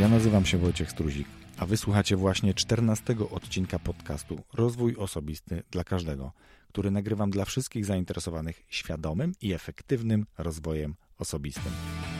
Ja nazywam się Wojciech Struzik, a wysłuchacie właśnie 14 odcinka podcastu Rozwój Osobisty dla Każdego, który nagrywam dla wszystkich zainteresowanych świadomym i efektywnym rozwojem osobistym.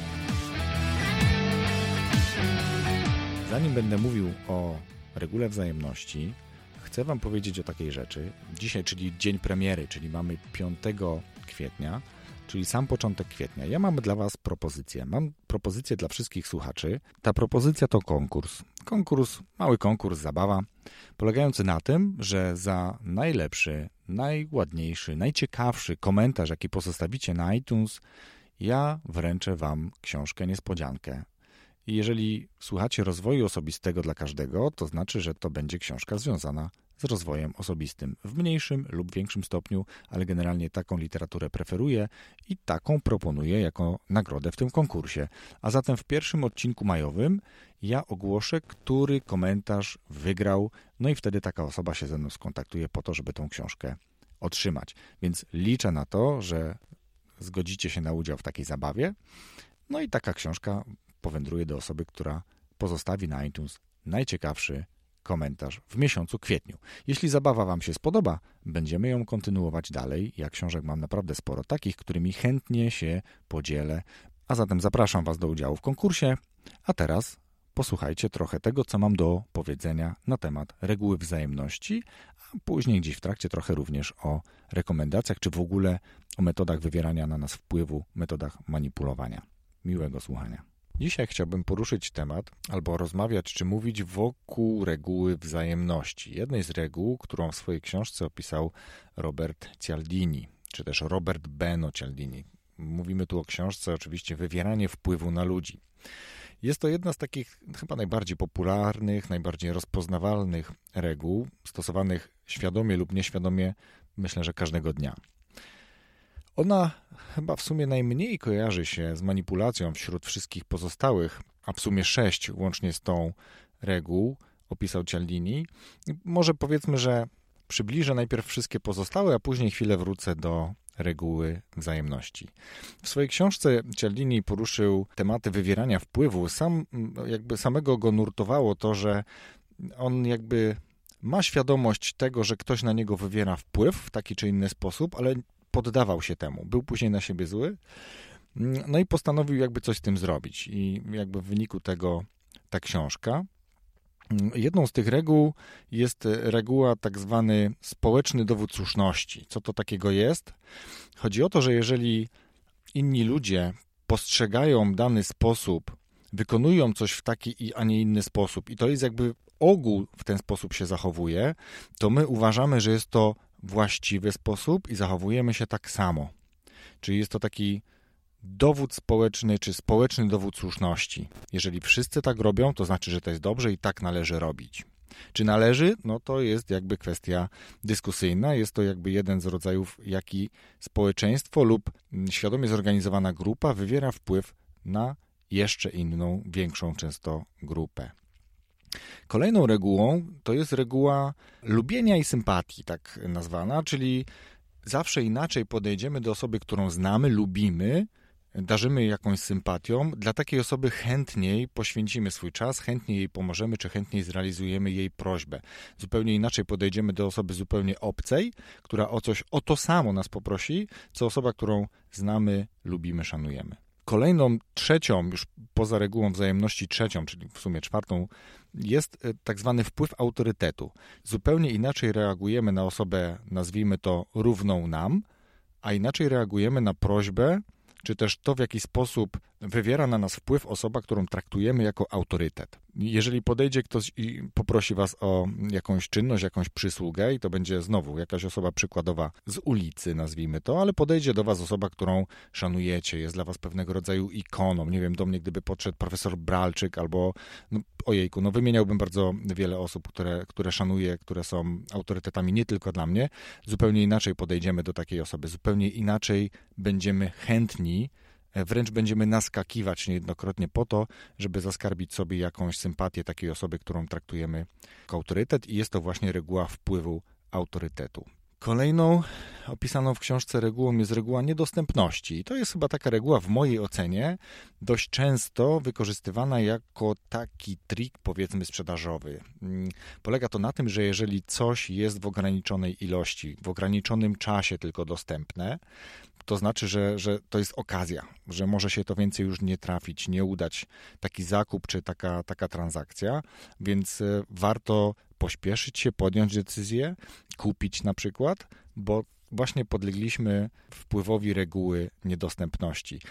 Zanim będę mówił o regule wzajemności, chcę Wam powiedzieć o takiej rzeczy. Dzisiaj, czyli dzień premiery, czyli mamy 5 kwietnia, czyli sam początek kwietnia. Ja mam dla Was propozycję. Mam propozycję dla wszystkich słuchaczy. Ta propozycja to konkurs. Mały konkurs, zabawa, polegający na tym, że za najlepszy, najładniejszy, najciekawszy komentarz, jaki pozostawicie na iTunes, ja wręczę Wam książkę niespodziankę. I jeżeli słuchacie rozwoju osobistego dla każdego, to znaczy, że to będzie książka związana z rozwojem osobistym w mniejszym lub większym stopniu, ale generalnie taką literaturę preferuję i taką proponuję jako nagrodę w tym konkursie. A zatem w pierwszym odcinku majowym ja ogłoszę, który komentarz wygrał, no i wtedy taka osoba się ze mną skontaktuje po to, żeby tą książkę otrzymać. Więc liczę na to, że zgodzicie się na udział w takiej zabawie, no i taka książka powędruje do osoby, która pozostawi na iTunes najciekawszy komentarz w miesiącu kwietniu. Jeśli zabawa Wam się spodoba, będziemy ją kontynuować dalej. Ja książek mam naprawdę sporo takich, którymi chętnie się podzielę. A zatem zapraszam Was do udziału w konkursie. A teraz posłuchajcie trochę tego, co mam do powiedzenia na temat reguły wzajemności, a później gdzieś w trakcie trochę również o rekomendacjach, czy w ogóle o metodach wywierania na nas wpływu, metodach manipulowania. Miłego słuchania. Dzisiaj chciałbym poruszyć temat albo rozmawiać czy mówić wokół reguły wzajemności. Jednej z reguł, którą w swojej książce opisał Robert Cialdini, czy też Robert Beno Cialdini. Mówimy tu o książce oczywiście Wywieranie wpływu na ludzi. Jest to jedna z takich chyba najbardziej popularnych, najbardziej rozpoznawalnych reguł, stosowanych świadomie lub nieświadomie, myślę, że każdego dnia. Ona chyba w sumie najmniej kojarzy się z manipulacją wśród wszystkich pozostałych, a w sumie 6 łącznie z tą reguł opisał Cialdini. Może powiedzmy, że przybliżę najpierw wszystkie pozostałe, a później chwilę wrócę do reguły wzajemności. W swojej książce Cialdini poruszył tematy wywierania wpływu. Samego go nurtowało to, że on ma świadomość tego, że ktoś na niego wywiera wpływ w taki czy inny sposób, ale poddawał się temu. Był później na siebie zły, no i postanowił coś z tym zrobić. I w wyniku tego ta książka. Jedną z tych reguł jest reguła tak zwany społeczny dowód słuszności. Co to takiego jest? Chodzi o to, że jeżeli inni ludzie postrzegają dany sposób, wykonują coś w taki, a nie inny sposób i to jest ogół w ten sposób się zachowuje, to my uważamy, że jest to właściwy sposób i zachowujemy się tak samo. Czyli jest to taki dowód społeczny, czy społeczny dowód słuszności. Jeżeli wszyscy tak robią, to znaczy, że to jest dobrze i tak należy robić. Czy należy? No to jest kwestia dyskusyjna. Jest to jeden z rodzajów, jaki społeczeństwo lub świadomie zorganizowana grupa wywiera wpływ na jeszcze inną, większą często grupę. Kolejną regułą to jest reguła lubienia i sympatii, tak nazwana, czyli zawsze inaczej podejdziemy do osoby, którą znamy, lubimy, darzymy jakąś sympatią. Dla takiej osoby chętniej poświęcimy swój czas, chętniej jej pomożemy, czy chętniej zrealizujemy jej prośbę. Zupełnie inaczej podejdziemy do osoby zupełnie obcej, która o to samo nas poprosi, co osoba, którą znamy, lubimy, szanujemy. Kolejną, trzecią, już poza regułą wzajemności trzecią, czyli w sumie 4, jest tak zwany wpływ autorytetu. Zupełnie inaczej reagujemy na osobę, nazwijmy to równą nam, a inaczej reagujemy na prośbę, czy też to, w jaki sposób wywiera na nas wpływ osoba, którą traktujemy jako autorytet. Jeżeli podejdzie ktoś i poprosi Was o jakąś czynność, jakąś przysługę i to będzie znowu jakaś osoba przykładowa z ulicy, nazwijmy to, ale podejdzie do Was osoba, którą szanujecie, jest dla Was pewnego rodzaju ikoną. Nie wiem, do mnie gdyby podszedł profesor Bralczyk albo, wymieniałbym bardzo wiele osób, które szanuję, które są autorytetami nie tylko dla mnie. Zupełnie inaczej podejdziemy do takiej osoby, zupełnie inaczej będziemy chętni, wręcz będziemy naskakiwać niejednokrotnie po to, żeby zaskarbić sobie jakąś sympatię takiej osoby, którą traktujemy jako autorytet i jest to właśnie reguła wpływu autorytetu. Kolejną opisaną w książce regułą jest reguła niedostępności. I to jest chyba taka reguła w mojej ocenie dość często wykorzystywana jako taki trik, powiedzmy, sprzedażowy. Polega to na tym, że jeżeli coś jest w ograniczonej ilości, w ograniczonym czasie tylko dostępne, to znaczy, że to jest okazja, że może się to więcej już nie trafić, nie udać taki zakup czy taka transakcja, więc warto pośpieszyć się, podjąć decyzję, kupić na przykład, bo właśnie podlegliśmy wpływowi reguły niedostępności.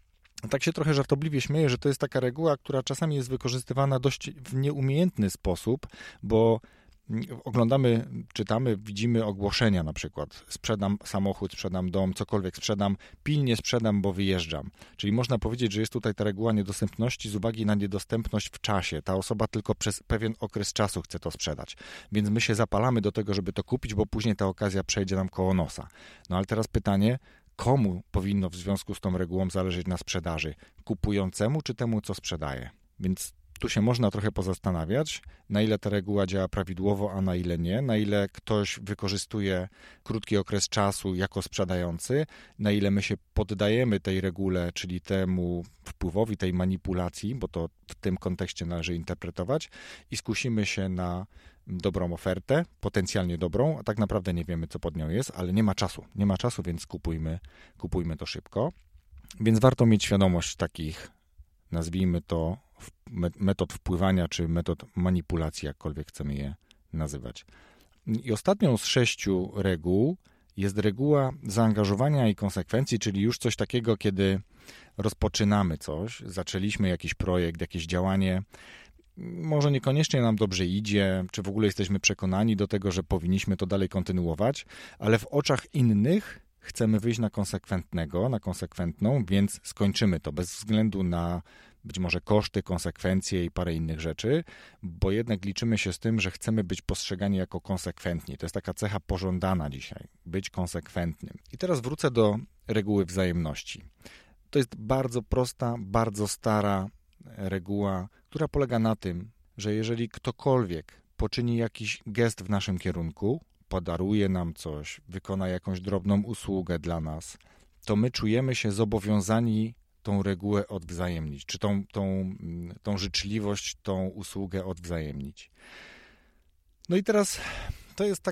Tak się trochę żartobliwie śmieję, że to jest taka reguła, która czasami jest wykorzystywana dość w nieumiejętny sposób, bo oglądamy, czytamy, widzimy ogłoszenia na przykład. Sprzedam samochód, sprzedam dom, cokolwiek sprzedam, pilnie sprzedam, bo wyjeżdżam. Czyli można powiedzieć, że jest tutaj ta reguła niedostępności z uwagi na niedostępność w czasie. Ta osoba tylko przez pewien okres czasu chce to sprzedać. Więc my się zapalamy do tego, żeby to kupić, bo później ta okazja przejdzie nam koło nosa. No ale teraz pytanie, komu powinno w związku z tą regułą zależeć na sprzedaży? Kupującemu czy temu, co sprzedaje? Więc tu się można trochę pozastanawiać, na ile ta reguła działa prawidłowo, a na ile nie, na ile ktoś wykorzystuje krótki okres czasu jako sprzedający, na ile my się poddajemy tej regule, czyli temu wpływowi, tej manipulacji, bo to w tym kontekście należy interpretować i skusimy się na dobrą ofertę, potencjalnie dobrą, a tak naprawdę nie wiemy, co pod nią jest, ale nie ma czasu, więc kupujmy to szybko. Więc warto mieć świadomość takich, nazwijmy to, metod wpływania czy metod manipulacji, jakkolwiek chcemy je nazywać. I ostatnią z 6 reguł jest reguła zaangażowania i konsekwencji, czyli już coś takiego, kiedy rozpoczynamy coś, zaczęliśmy jakiś projekt, jakieś działanie, może niekoniecznie nam dobrze idzie, czy w ogóle jesteśmy przekonani do tego, że powinniśmy to dalej kontynuować, ale w oczach innych chcemy wyjść na konsekwentnego, na konsekwentną, więc skończymy to bez względu na być może koszty, konsekwencje i parę innych rzeczy, bo jednak liczymy się z tym, że chcemy być postrzegani jako konsekwentni. To jest taka cecha pożądana dzisiaj, być konsekwentnym. I teraz wrócę do reguły wzajemności. To jest bardzo prosta, bardzo stara reguła, która polega na tym, że jeżeli ktokolwiek poczyni jakiś gest w naszym kierunku, podaruje nam coś, wykona jakąś drobną usługę dla nas, to my czujemy się zobowiązani tą regułę odwzajemnić, czy tą życzliwość, tą usługę odwzajemnić. No i teraz to jest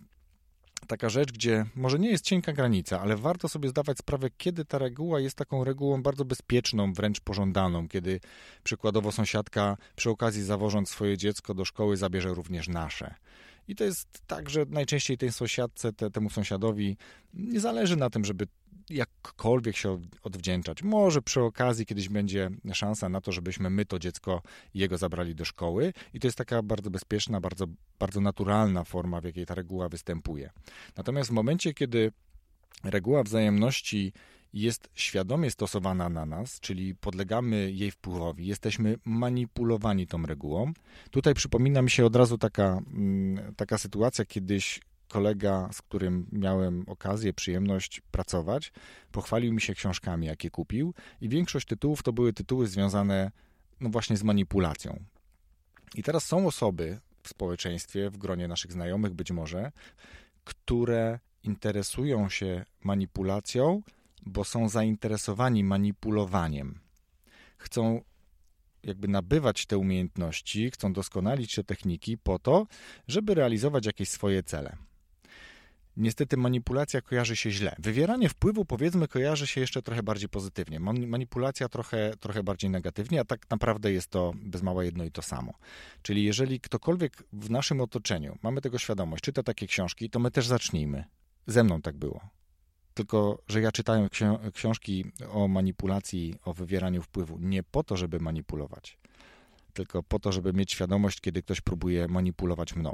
taka rzecz, gdzie może nie jest cienka granica, ale warto sobie zdawać sprawę, kiedy ta reguła jest taką regułą bardzo bezpieczną, wręcz pożądaną, kiedy przykładowo sąsiadka przy okazji zawożąc swoje dziecko do szkoły zabierze również nasze. I to jest tak, że najczęściej tej sąsiadce, temu sąsiadowi nie zależy na tym, żeby jakkolwiek się odwdzięczać. Może przy okazji kiedyś będzie szansa na to, żebyśmy my to dziecko jego zabrali do szkoły i to jest taka bardzo bezpieczna, bardzo, bardzo naturalna forma, w jakiej ta reguła występuje. Natomiast w momencie, kiedy reguła wzajemności jest świadomie stosowana na nas, czyli podlegamy jej wpływowi, jesteśmy manipulowani tą regułą. Tutaj przypomina mi się od razu taka sytuacja, kiedyś kolega, z którym miałem okazję, przyjemność pracować, pochwalił mi się książkami, jakie kupił i większość tytułów to były tytuły związane no właśnie z manipulacją. I teraz są osoby w społeczeństwie, w gronie naszych znajomych być może, które interesują się manipulacją, bo są zainteresowani manipulowaniem. Chcą jakby nabywać te umiejętności, chcą doskonalić te techniki po to, żeby realizować jakieś swoje cele. Niestety manipulacja kojarzy się źle. Wywieranie wpływu, powiedzmy, kojarzy się jeszcze trochę bardziej pozytywnie. Manipulacja trochę bardziej negatywnie, a tak naprawdę jest to bez mała jedno i to samo. Czyli jeżeli ktokolwiek w naszym otoczeniu, mamy tego świadomość, czyta takie książki, to my też zacznijmy. Ze mną tak było. Tylko, że ja czytałem książki o manipulacji, o wywieraniu wpływu nie po to, żeby manipulować, tylko po to, żeby mieć świadomość, kiedy ktoś próbuje manipulować mną.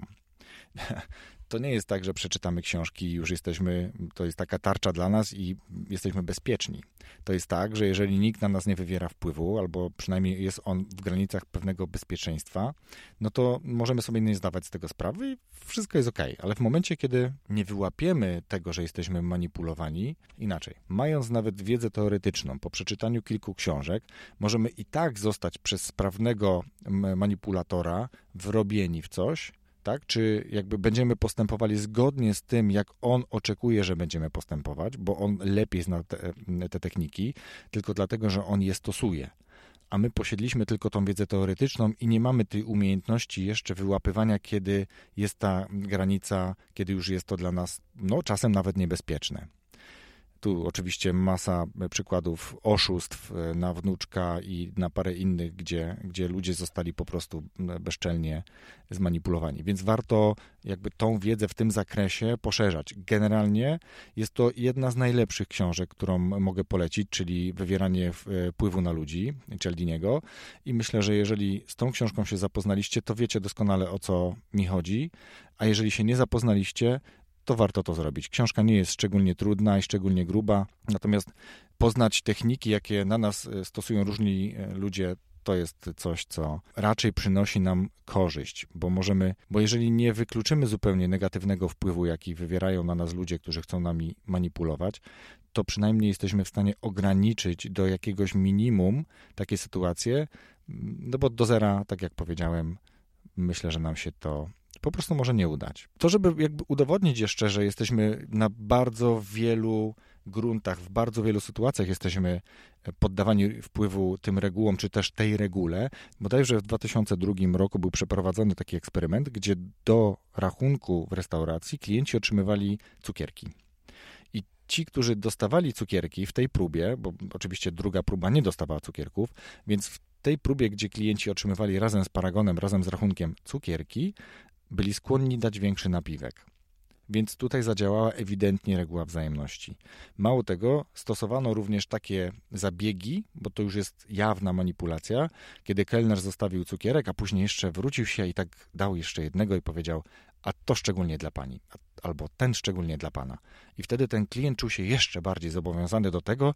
To nie jest tak, że przeczytamy książki i już to jest taka tarcza dla nas i jesteśmy bezpieczni. To jest tak, że jeżeli nikt na nas nie wywiera wpływu, albo przynajmniej jest on w granicach pewnego bezpieczeństwa, no to możemy sobie nie zdawać z tego sprawy i wszystko jest okej. Ale w momencie, kiedy nie wyłapiemy tego, że jesteśmy manipulowani, inaczej, mając nawet wiedzę teoretyczną, po przeczytaniu kilku książek, możemy i tak zostać przez sprawnego manipulatora wrobieni w coś, tak? Czy jakby będziemy postępowali zgodnie z tym, jak on oczekuje, że będziemy postępować, bo on lepiej zna te techniki, tylko dlatego, że on je stosuje. A my posiedliśmy tylko tą wiedzę teoretyczną i nie mamy tej umiejętności jeszcze wyłapywania, kiedy jest ta granica, kiedy już jest to dla nas, czasem nawet niebezpieczne. Tu oczywiście masa przykładów oszustw na wnuczka i na parę innych, gdzie ludzie zostali po prostu bezczelnie zmanipulowani. Więc warto jakby tą wiedzę w tym zakresie poszerzać. Generalnie jest to jedna z najlepszych książek, którą mogę polecić, czyli Wywieranie wpływu na ludzi Cialdiniego. I myślę, że jeżeli z tą książką się zapoznaliście, to wiecie doskonale, o co mi chodzi, a jeżeli się nie zapoznaliście, to warto to zrobić. Książka nie jest szczególnie trudna i szczególnie gruba, natomiast poznać techniki, jakie na nas stosują różni ludzie, to jest coś, co raczej przynosi nam korzyść, bo jeżeli nie wykluczymy zupełnie negatywnego wpływu, jaki wywierają na nas ludzie, którzy chcą nami manipulować, to przynajmniej jesteśmy w stanie ograniczyć do jakiegoś minimum takie sytuacje, bo do zera, tak jak powiedziałem, myślę, że nam się to po prostu może nie udać. To, żeby jakby udowodnić jeszcze, że jesteśmy na bardzo wielu gruntach, w bardzo wielu sytuacjach jesteśmy poddawani wpływu tym regułom, czy też tej regule. Bodajże w 2002 roku był przeprowadzony taki eksperyment, gdzie do rachunku w restauracji klienci otrzymywali cukierki. I ci, którzy dostawali cukierki w tej próbie, bo oczywiście druga próba nie dostawała cukierków, więc w tej próbie, gdzie klienci otrzymywali razem z paragonem, razem z rachunkiem cukierki, byli skłonni dać większy napiwek. Więc tutaj zadziałała ewidentnie reguła wzajemności. Mało tego, stosowano również takie zabiegi, bo to już jest jawna manipulacja, kiedy kelner zostawił cukierek, a później jeszcze wrócił się i tak dał jeszcze jednego i powiedział, a to szczególnie dla pani, albo ten szczególnie dla pana. I wtedy ten klient czuł się jeszcze bardziej zobowiązany do tego,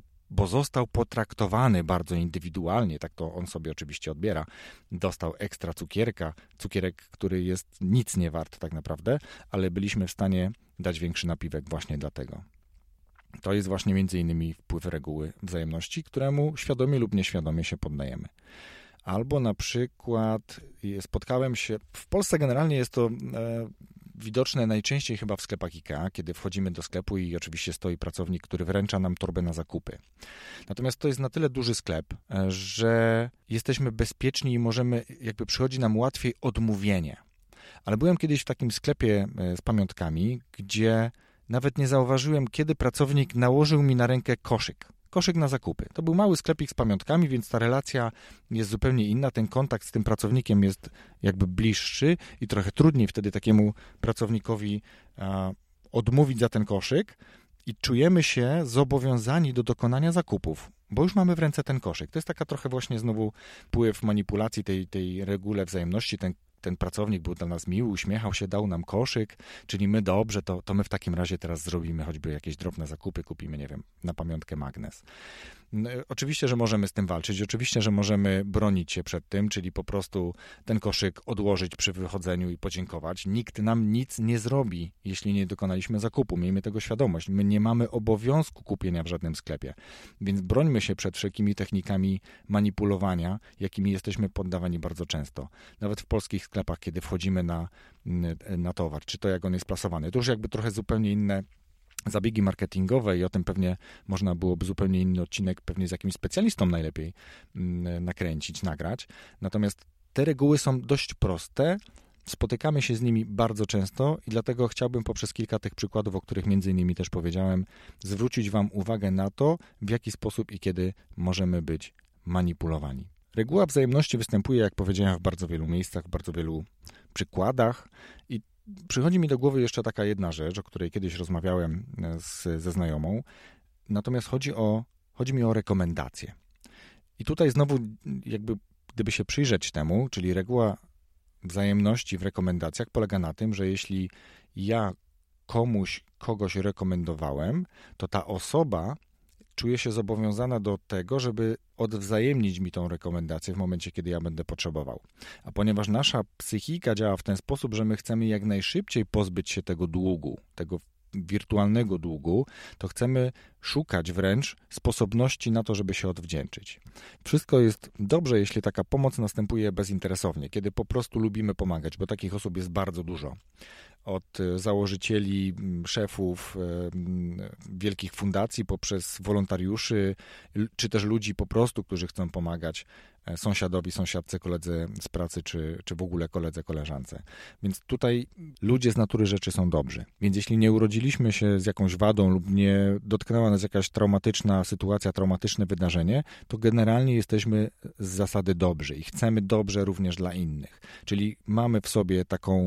bo został potraktowany bardzo indywidualnie, tak to on sobie oczywiście odbiera. Dostał ekstra cukierek, który jest nic nie wart tak naprawdę, ale byliśmy w stanie dać większy napiwek właśnie dlatego. To jest właśnie między innymi wpływ reguły wzajemności, któremu świadomie lub nieświadomie się poddajemy. Albo na przykład spotkałem się, w Polsce generalnie jest to widoczne najczęściej chyba w sklepach IKEA, kiedy wchodzimy do sklepu i oczywiście stoi pracownik, który wręcza nam torbę na zakupy. Natomiast to jest na tyle duży sklep, że jesteśmy bezpieczni i przychodzi nam łatwiej odmówienie. Ale byłem kiedyś w takim sklepie z pamiątkami, gdzie nawet nie zauważyłem, kiedy pracownik nałożył mi na rękę koszyk na zakupy. To był mały sklepik z pamiątkami, więc ta relacja jest zupełnie inna. Ten kontakt z tym pracownikiem jest jakby bliższy i trochę trudniej wtedy takiemu pracownikowi odmówić za ten koszyk i czujemy się zobowiązani do dokonania zakupów, bo już mamy w ręce ten koszyk. To jest taka trochę właśnie znowu wpływ manipulacji tej regule wzajemności. Ten pracownik był dla nas miły, uśmiechał się, dał nam koszyk, czyli my dobrze, to my w takim razie teraz zrobimy choćby jakieś drobne zakupy, kupimy, nie wiem, na pamiątkę magnes. Oczywiście, że możemy z tym walczyć, oczywiście, że możemy bronić się przed tym, czyli po prostu ten koszyk odłożyć przy wychodzeniu i podziękować. Nikt nam nic nie zrobi, jeśli nie dokonaliśmy zakupu. Miejmy tego świadomość. My nie mamy obowiązku kupienia w żadnym sklepie, więc brońmy się przed wszelkimi technikami manipulowania, jakimi jesteśmy poddawani bardzo często. Nawet w polskich sklepach, kiedy wchodzimy na towar, czy to jak on jest plasowany. To już jakby trochę zupełnie inne zabiegi marketingowe i o tym pewnie można byłoby zupełnie inny odcinek, pewnie z jakimś specjalistą najlepiej nakręcić, nagrać. Natomiast te reguły są dość proste, spotykamy się z nimi bardzo często i dlatego chciałbym poprzez kilka tych przykładów, o których między innymi też powiedziałem, zwrócić wam uwagę na to, w jaki sposób i kiedy możemy być manipulowani. Reguła wzajemności występuje, jak powiedziałem, w bardzo wielu miejscach, w bardzo wielu przykładach i przychodzi mi do głowy jeszcze taka jedna rzecz, o której kiedyś rozmawiałem ze znajomą, natomiast chodzi mi o rekomendacje. I tutaj znowu gdyby się przyjrzeć temu, czyli reguła wzajemności w rekomendacjach polega na tym, że jeśli ja kogoś rekomendowałem, to ta osoba czuje się zobowiązana do tego, żeby odwzajemnić mi tą rekomendację w momencie, kiedy ja będę potrzebował. A ponieważ nasza psychika działa w ten sposób, że my chcemy jak najszybciej pozbyć się tego długu, tego wirtualnego długu, to chcemy szukać wręcz sposobności na to, żeby się odwdzięczyć. Wszystko jest dobrze, jeśli taka pomoc następuje bezinteresownie, kiedy po prostu lubimy pomagać, bo takich osób jest bardzo dużo. Od założycieli, szefów wielkich fundacji, poprzez wolontariuszy, czy też ludzi po prostu, którzy chcą pomagać sąsiadowi, sąsiadce, koledze z pracy, czy w ogóle koledze, koleżance. Więc tutaj ludzie z natury rzeczy są dobrzy. Więc jeśli nie urodziliśmy się z jakąś wadą lub nie dotknęła nas jakaś traumatyczna sytuacja, traumatyczne wydarzenie, to generalnie jesteśmy z zasady dobrzy i chcemy dobrze również dla innych. Czyli mamy w sobie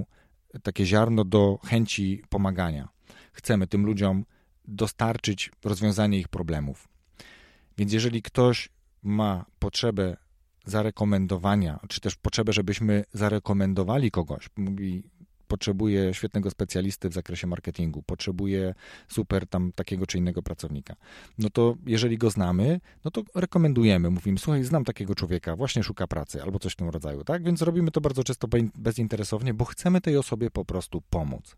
takie ziarno do chęci pomagania. Chcemy tym ludziom dostarczyć rozwiązanie ich problemów. Więc jeżeli ktoś ma potrzebę zarekomendowania, czy też potrzebę, żebyśmy zarekomendowali kogoś, mówi, potrzebuje świetnego specjalisty w zakresie marketingu, potrzebuje super tam takiego czy innego pracownika, no to jeżeli go znamy, no to rekomendujemy, mówimy, słuchaj, znam takiego człowieka, właśnie szuka pracy, albo coś w tym rodzaju, tak? Więc robimy to bardzo często bezinteresownie, bo chcemy tej osobie po prostu pomóc.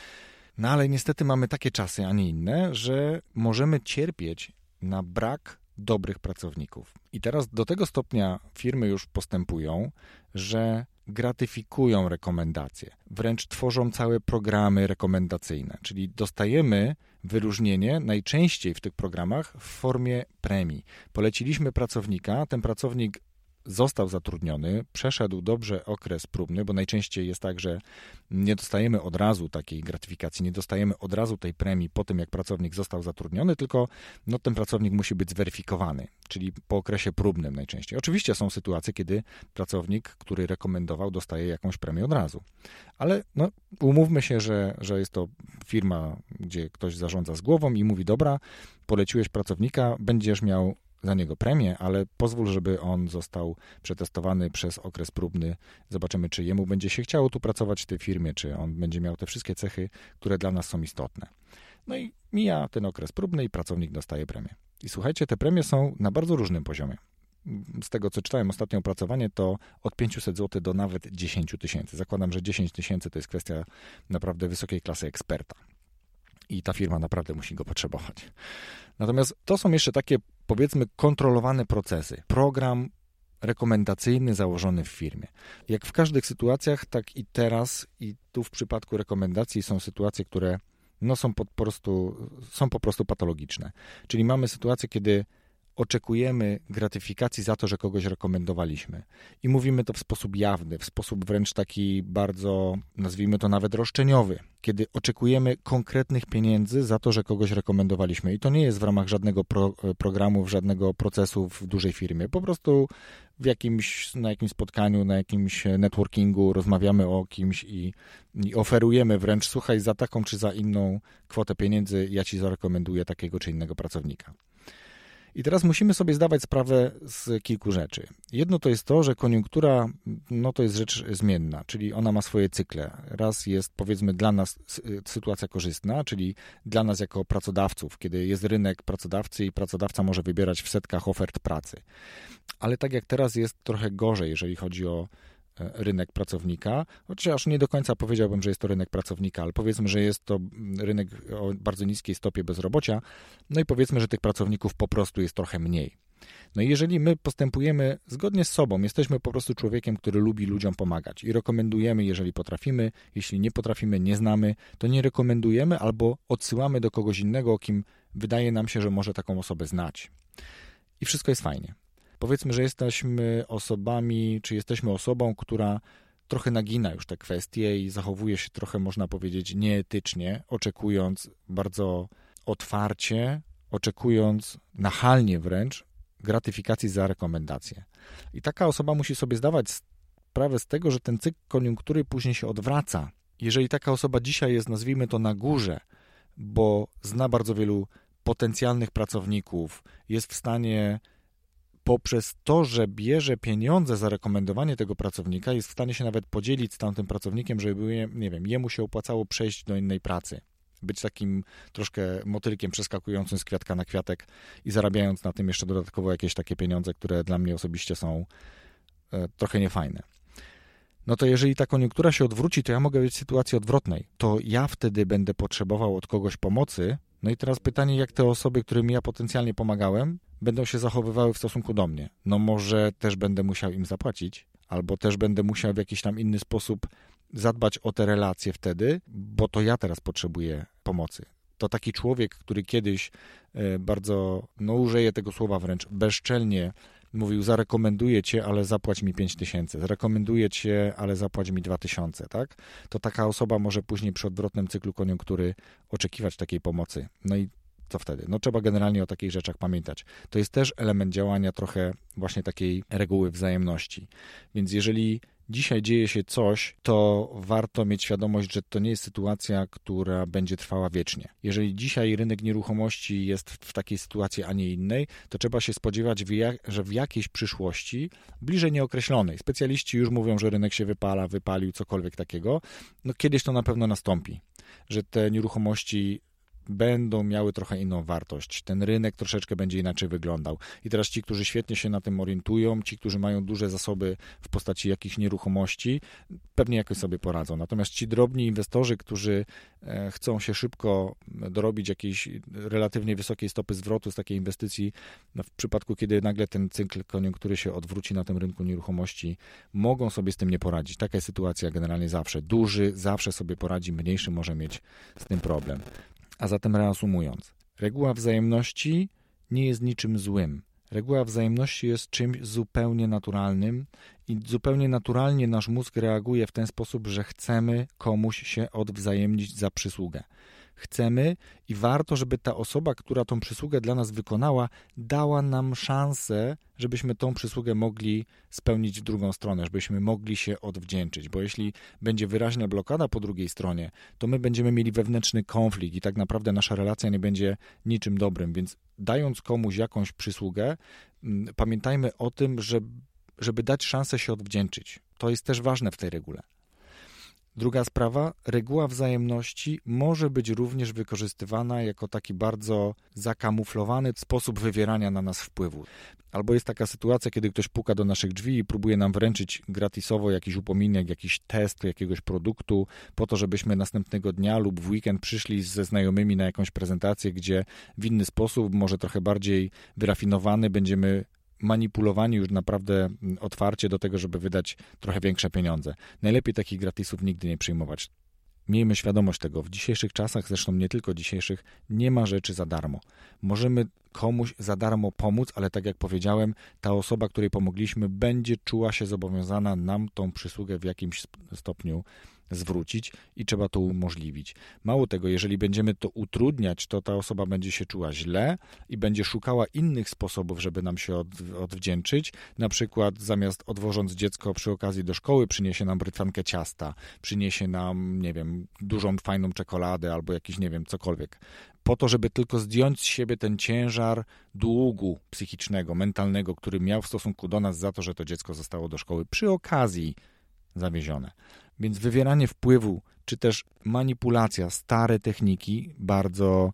No ale niestety mamy takie czasy, a nie inne, że możemy cierpieć na brak dobrych pracowników. I teraz do tego stopnia firmy już postępują, że gratyfikują rekomendacje. Wręcz tworzą całe programy rekomendacyjne, czyli dostajemy wyróżnienie najczęściej w tych programach w formie premii. Poleciliśmy pracownika, ten pracownik został zatrudniony, przeszedł dobrze okres próbny, bo najczęściej jest tak, że nie dostajemy od razu takiej gratyfikacji, nie dostajemy od razu tej premii po tym, jak pracownik został zatrudniony, tylko ten pracownik musi być zweryfikowany, czyli po okresie próbnym najczęściej. Oczywiście są sytuacje, kiedy pracownik, który rekomendował, dostaje jakąś premię od razu, ale umówmy się, że jest to firma, gdzie ktoś zarządza z głową i mówi, dobra, poleciłeś pracownika, będziesz miał za niego premię, ale pozwól, żeby on został przetestowany przez okres próbny. Zobaczymy, czy jemu będzie się chciało tu pracować w tej firmie, czy on będzie miał te wszystkie cechy, które dla nas są istotne. No i mija ten okres próbny i pracownik dostaje premię. I słuchajcie, te premie są na bardzo różnym poziomie. Z tego, co czytałem ostatnie opracowanie, to od 500 zł do nawet 10 tysięcy. Zakładam, że 10 tysięcy to jest kwestia naprawdę wysokiej klasy eksperta. I ta firma naprawdę musi go potrzebować. Natomiast to są jeszcze takie, powiedzmy, kontrolowane procesy. Program rekomendacyjny założony w firmie. Jak w każdych sytuacjach, tak i teraz, i tu w przypadku rekomendacji są sytuacje, które są po prostu patologiczne. Czyli mamy sytuację, kiedy oczekujemy gratyfikacji za to, że kogoś rekomendowaliśmy. I mówimy to w sposób jawny, w sposób wręcz taki bardzo, nazwijmy to nawet roszczeniowy, kiedy oczekujemy konkretnych pieniędzy za to, że kogoś rekomendowaliśmy. I to nie jest w ramach żadnego programu, żadnego procesu w dużej firmie. Po prostu na jakimś spotkaniu, na jakimś networkingu rozmawiamy o kimś i oferujemy wręcz, słuchaj, za taką czy za inną kwotę pieniędzy ja ci zarekomenduję takiego czy innego pracownika. I teraz musimy sobie zdawać sprawę z kilku rzeczy. Jedno to jest to, że koniunktura to jest rzecz zmienna, czyli ona ma swoje cykle. Raz jest, powiedzmy, dla nas sytuacja korzystna, czyli dla nas jako pracodawców, kiedy jest rynek pracodawcy i pracodawca może wybierać w setkach ofert pracy. Ale tak jak teraz jest trochę gorzej, jeżeli chodzi o rynek pracownika, chociaż nie do końca powiedziałbym, że jest to rynek pracownika, ale powiedzmy, że jest to rynek o bardzo niskiej stopie bezrobocia, i powiedzmy, że tych pracowników po prostu jest trochę mniej. No i jeżeli my postępujemy zgodnie z sobą, jesteśmy po prostu człowiekiem, który lubi ludziom pomagać i rekomendujemy, jeżeli potrafimy, jeśli nie potrafimy, nie znamy, to nie rekomendujemy albo odsyłamy do kogoś innego, o kim wydaje nam się, że może taką osobę znać. I wszystko jest fajnie. Powiedzmy, że jesteśmy osobą, która trochę nagina już te kwestie i zachowuje się trochę, można powiedzieć, nieetycznie, oczekując bardzo otwarcie, oczekując nachalnie wręcz gratyfikacji za rekomendację. I taka osoba musi sobie zdawać sprawę z tego, że ten cykl koniunktury później się odwraca. Jeżeli taka osoba dzisiaj jest, nazwijmy to, na górze, bo zna bardzo wielu potencjalnych pracowników, jest w stanie poprzez to, że bierze pieniądze za rekomendowanie tego pracownika, jest w stanie się nawet podzielić z tamtym pracownikiem, żeby, jemu się opłacało przejść do innej pracy. Być takim troszkę motylkiem przeskakującym z kwiatka na kwiatek i zarabiając na tym jeszcze dodatkowo jakieś takie pieniądze, które dla mnie osobiście są trochę niefajne. no to jeżeli ta koniunktura się odwróci, to ja mogę być w sytuacji odwrotnej. To ja wtedy będę potrzebował od kogoś pomocy. No i teraz pytanie, jak te osoby, którym ja potencjalnie pomagałem, będą się zachowywały w stosunku do mnie. No może też będę musiał im zapłacić, albo też będę musiał w jakiś tam inny sposób zadbać o te relacje wtedy, bo to ja teraz potrzebuję pomocy. To taki człowiek, który kiedyś bardzo, użyję tego słowa wręcz, bezczelnie mówił, zarekomenduję cię, ale zapłać mi 5000, zarekomenduję cię, ale zapłać mi 2000, tak? To taka osoba może później przy odwrotnym cyklu koniunktury oczekiwać takiej pomocy. No i co wtedy? No trzeba generalnie o takich rzeczach pamiętać. To jest też element działania trochę właśnie takiej reguły wzajemności. Więc jeżeli dzisiaj dzieje się coś, to warto mieć świadomość, że to nie jest sytuacja, która będzie trwała wiecznie. Jeżeli dzisiaj rynek nieruchomości jest w takiej sytuacji, a nie innej, to trzeba się spodziewać, że w jakiejś przyszłości, bliżej nieokreślonej, specjaliści już mówią, że rynek się wypalił, cokolwiek takiego, no kiedyś to na pewno nastąpi, że te nieruchomości będą miały trochę inną wartość. Ten rynek troszeczkę będzie inaczej wyglądał. I teraz ci, którzy świetnie się na tym orientują, ci, którzy mają duże zasoby w postaci jakichś nieruchomości, pewnie jakoś sobie poradzą. Natomiast ci drobni inwestorzy, którzy chcą się szybko dorobić jakiejś relatywnie wysokiej stopy zwrotu z takiej inwestycji, w przypadku, kiedy nagle ten cykl koniunktury się odwróci na tym rynku nieruchomości, mogą sobie z tym nie poradzić. Taka jest sytuacja generalnie zawsze. Duży zawsze sobie poradzi, mniejszy może mieć z tym problem. A zatem reasumując, reguła wzajemności nie jest niczym złym. Reguła wzajemności jest czymś zupełnie naturalnym i zupełnie naturalnie nasz mózg reaguje w ten sposób, że chcemy komuś się odwzajemnić za przysługę. Chcemy i warto, żeby ta osoba, która tą przysługę dla nas wykonała, dała nam szansę, żebyśmy tą przysługę mogli spełnić w drugą stronę, żebyśmy mogli się odwdzięczyć, bo jeśli będzie wyraźna blokada po drugiej stronie, to my będziemy mieli wewnętrzny konflikt i tak naprawdę nasza relacja nie będzie niczym dobrym, więc dając komuś jakąś przysługę, pamiętajmy o tym, żeby dać szansę się odwdzięczyć. To jest też ważne w tej regule. Druga sprawa, reguła wzajemności może być również wykorzystywana jako taki bardzo zakamuflowany sposób wywierania na nas wpływu. Albo jest taka sytuacja, kiedy ktoś puka do naszych drzwi i próbuje nam wręczyć gratisowo jakiś upominek, jakiś test jakiegoś produktu, po to, żebyśmy następnego dnia lub w weekend przyszli ze znajomymi na jakąś prezentację, gdzie w inny sposób, może trochę bardziej wyrafinowany, będziemy manipulowani już naprawdę otwarcie do tego, żeby wydać trochę większe pieniądze. Najlepiej takich gratisów nigdy nie przyjmować. Miejmy świadomość tego. W dzisiejszych czasach, zresztą nie tylko dzisiejszych, nie ma rzeczy za darmo. Możemy komuś za darmo pomóc, ale tak jak powiedziałem, ta osoba, której pomogliśmy, będzie czuła się zobowiązana nam tą przysługę w jakimś stopniu zwrócić i trzeba to umożliwić. Mało tego, jeżeli będziemy to utrudniać, to ta osoba będzie się czuła źle i będzie szukała innych sposobów, żeby nam się odwdzięczyć. Na przykład zamiast odwożąc dziecko przy okazji do szkoły, przyniesie nam brytwankę ciasta, przyniesie nam, nie wiem, dużą, fajną czekoladę albo jakiś, nie wiem, cokolwiek. Po to, żeby tylko zdjąć z siebie ten ciężar długu psychicznego, mentalnego, który miał w stosunku do nas za to, że to dziecko zostało do szkoły przy okazji zawiezione. Więc wywieranie wpływu, czy też manipulacja, stare techniki, bardzo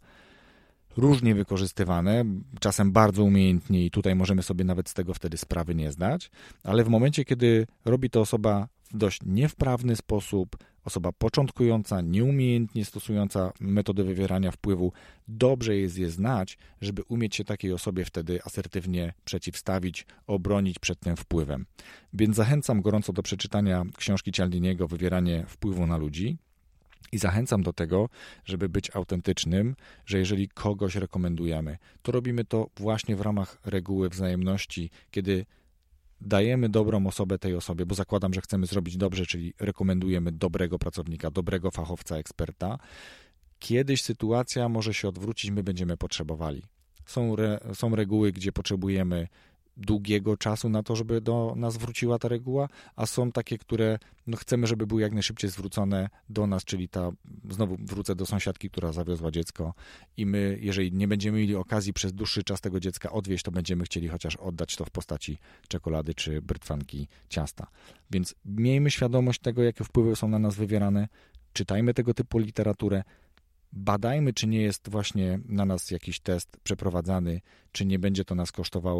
różnie wykorzystywane, czasem bardzo umiejętnie i tutaj możemy sobie nawet z tego wtedy sprawy nie zdać, ale w momencie, kiedy robi to osoba w dość niewprawny sposób, osoba początkująca, nieumiejętnie stosująca metody wywierania wpływu, dobrze jest je znać, żeby umieć się takiej osobie wtedy asertywnie przeciwstawić, obronić przed tym wpływem. Więc zachęcam gorąco do przeczytania książki Cialdiniego Wywieranie wpływu na ludzi i zachęcam do tego, żeby być autentycznym, że jeżeli kogoś rekomendujemy, to robimy to właśnie w ramach reguły wzajemności, kiedy dajemy dobrą osobę tej osobie, bo zakładam, że chcemy zrobić dobrze, czyli rekomendujemy dobrego pracownika, dobrego fachowca, eksperta. Kiedyś sytuacja może się odwrócić, my będziemy potrzebowali. Są reguły, gdzie potrzebujemy długiego czasu na to, żeby do nas wróciła ta reguła, a są takie, które chcemy, żeby były jak najszybciej zwrócone do nas, czyli znowu wrócę do sąsiadki, która zawiozła dziecko i my, jeżeli nie będziemy mieli okazji przez dłuższy czas tego dziecka odwieźć, to będziemy chcieli chociaż oddać to w postaci czekolady czy brytwanki ciasta. Więc miejmy świadomość tego, jakie wpływy są na nas wywierane, czytajmy tego typu literaturę, badajmy, czy nie jest właśnie na nas jakiś test przeprowadzany, czy nie będzie to nas kosztowało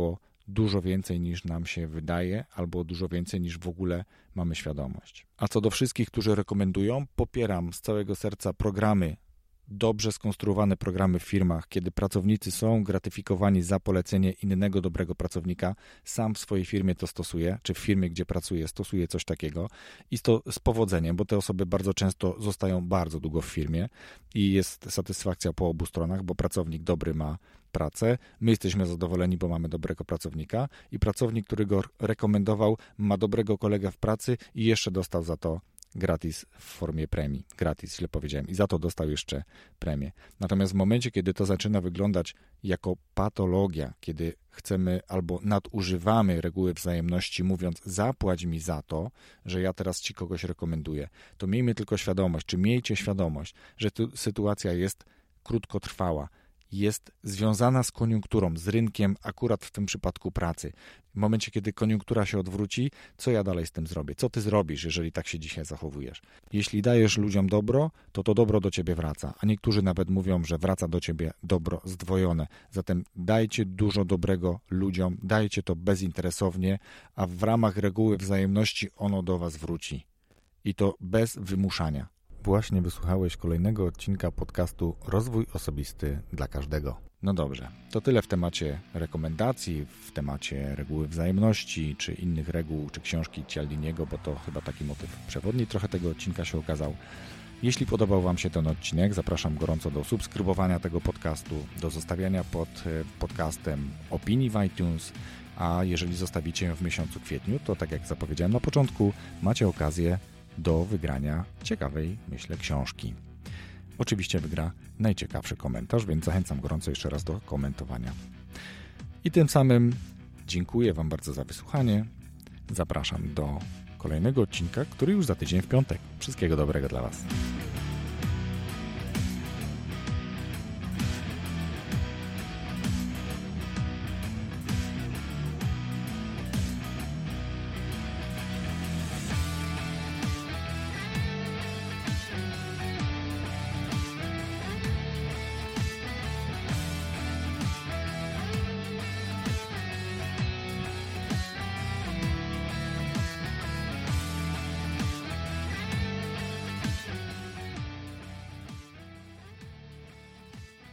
dużo więcej niż nam się wydaje, albo dużo więcej niż w ogóle mamy świadomość. A co do wszystkich, którzy rekomendują, popieram z całego serca programy, dobrze skonstruowane programy w firmach, kiedy pracownicy są gratyfikowani za polecenie innego dobrego pracownika. Sam w swojej firmie to stosuję, czy w firmie, gdzie pracuję, stosuję coś takiego i to z powodzeniem, bo te osoby bardzo często zostają bardzo długo w firmie i jest satysfakcja po obu stronach, bo pracownik dobry ma pracę, my jesteśmy zadowoleni, bo mamy dobrego pracownika i pracownik, który go rekomendował, ma dobrego kolegę w pracy i jeszcze dostał za to gratis w formie premii. Gratis, źle powiedziałem. I za to dostał jeszcze premię. Natomiast w momencie, kiedy to zaczyna wyglądać jako patologia, kiedy chcemy albo nadużywamy reguły wzajemności, mówiąc zapłać mi za to, że ja teraz ci kogoś rekomenduję, to miejmy tylko świadomość, czy miejcie świadomość, że tu sytuacja jest krótkotrwała, jest związana z koniunkturą, z rynkiem, akurat w tym przypadku pracy. W momencie, kiedy koniunktura się odwróci, co ja dalej z tym zrobię? Co ty zrobisz, jeżeli tak się dzisiaj zachowujesz? Jeśli dajesz ludziom dobro, to dobro do ciebie wraca, a niektórzy nawet mówią, że wraca do ciebie dobro zdwojone. Zatem dajcie dużo dobrego ludziom, dajcie to bezinteresownie, a w ramach reguły wzajemności ono do was wróci. I to bez wymuszania. Właśnie wysłuchałeś kolejnego odcinka podcastu Rozwój Osobisty dla Każdego. No dobrze, to tyle w temacie rekomendacji, w temacie reguły wzajemności, czy innych reguł, czy książki Cialdiniego, bo to chyba taki motyw przewodni trochę tego odcinka się okazał. Jeśli podobał Wam się ten odcinek, zapraszam gorąco do subskrybowania tego podcastu, do zostawiania pod podcastem opinii w iTunes, a jeżeli zostawicie w miesiącu kwietniu, to tak jak zapowiedziałem na początku, macie okazję do wygrania ciekawej, myślę, książki. Oczywiście wygra najciekawszy komentarz, więc zachęcam gorąco jeszcze raz do komentowania. I tym samym dziękuję Wam bardzo za wysłuchanie. Zapraszam do kolejnego odcinka, który już za tydzień w piątek. Wszystkiego dobrego dla Was.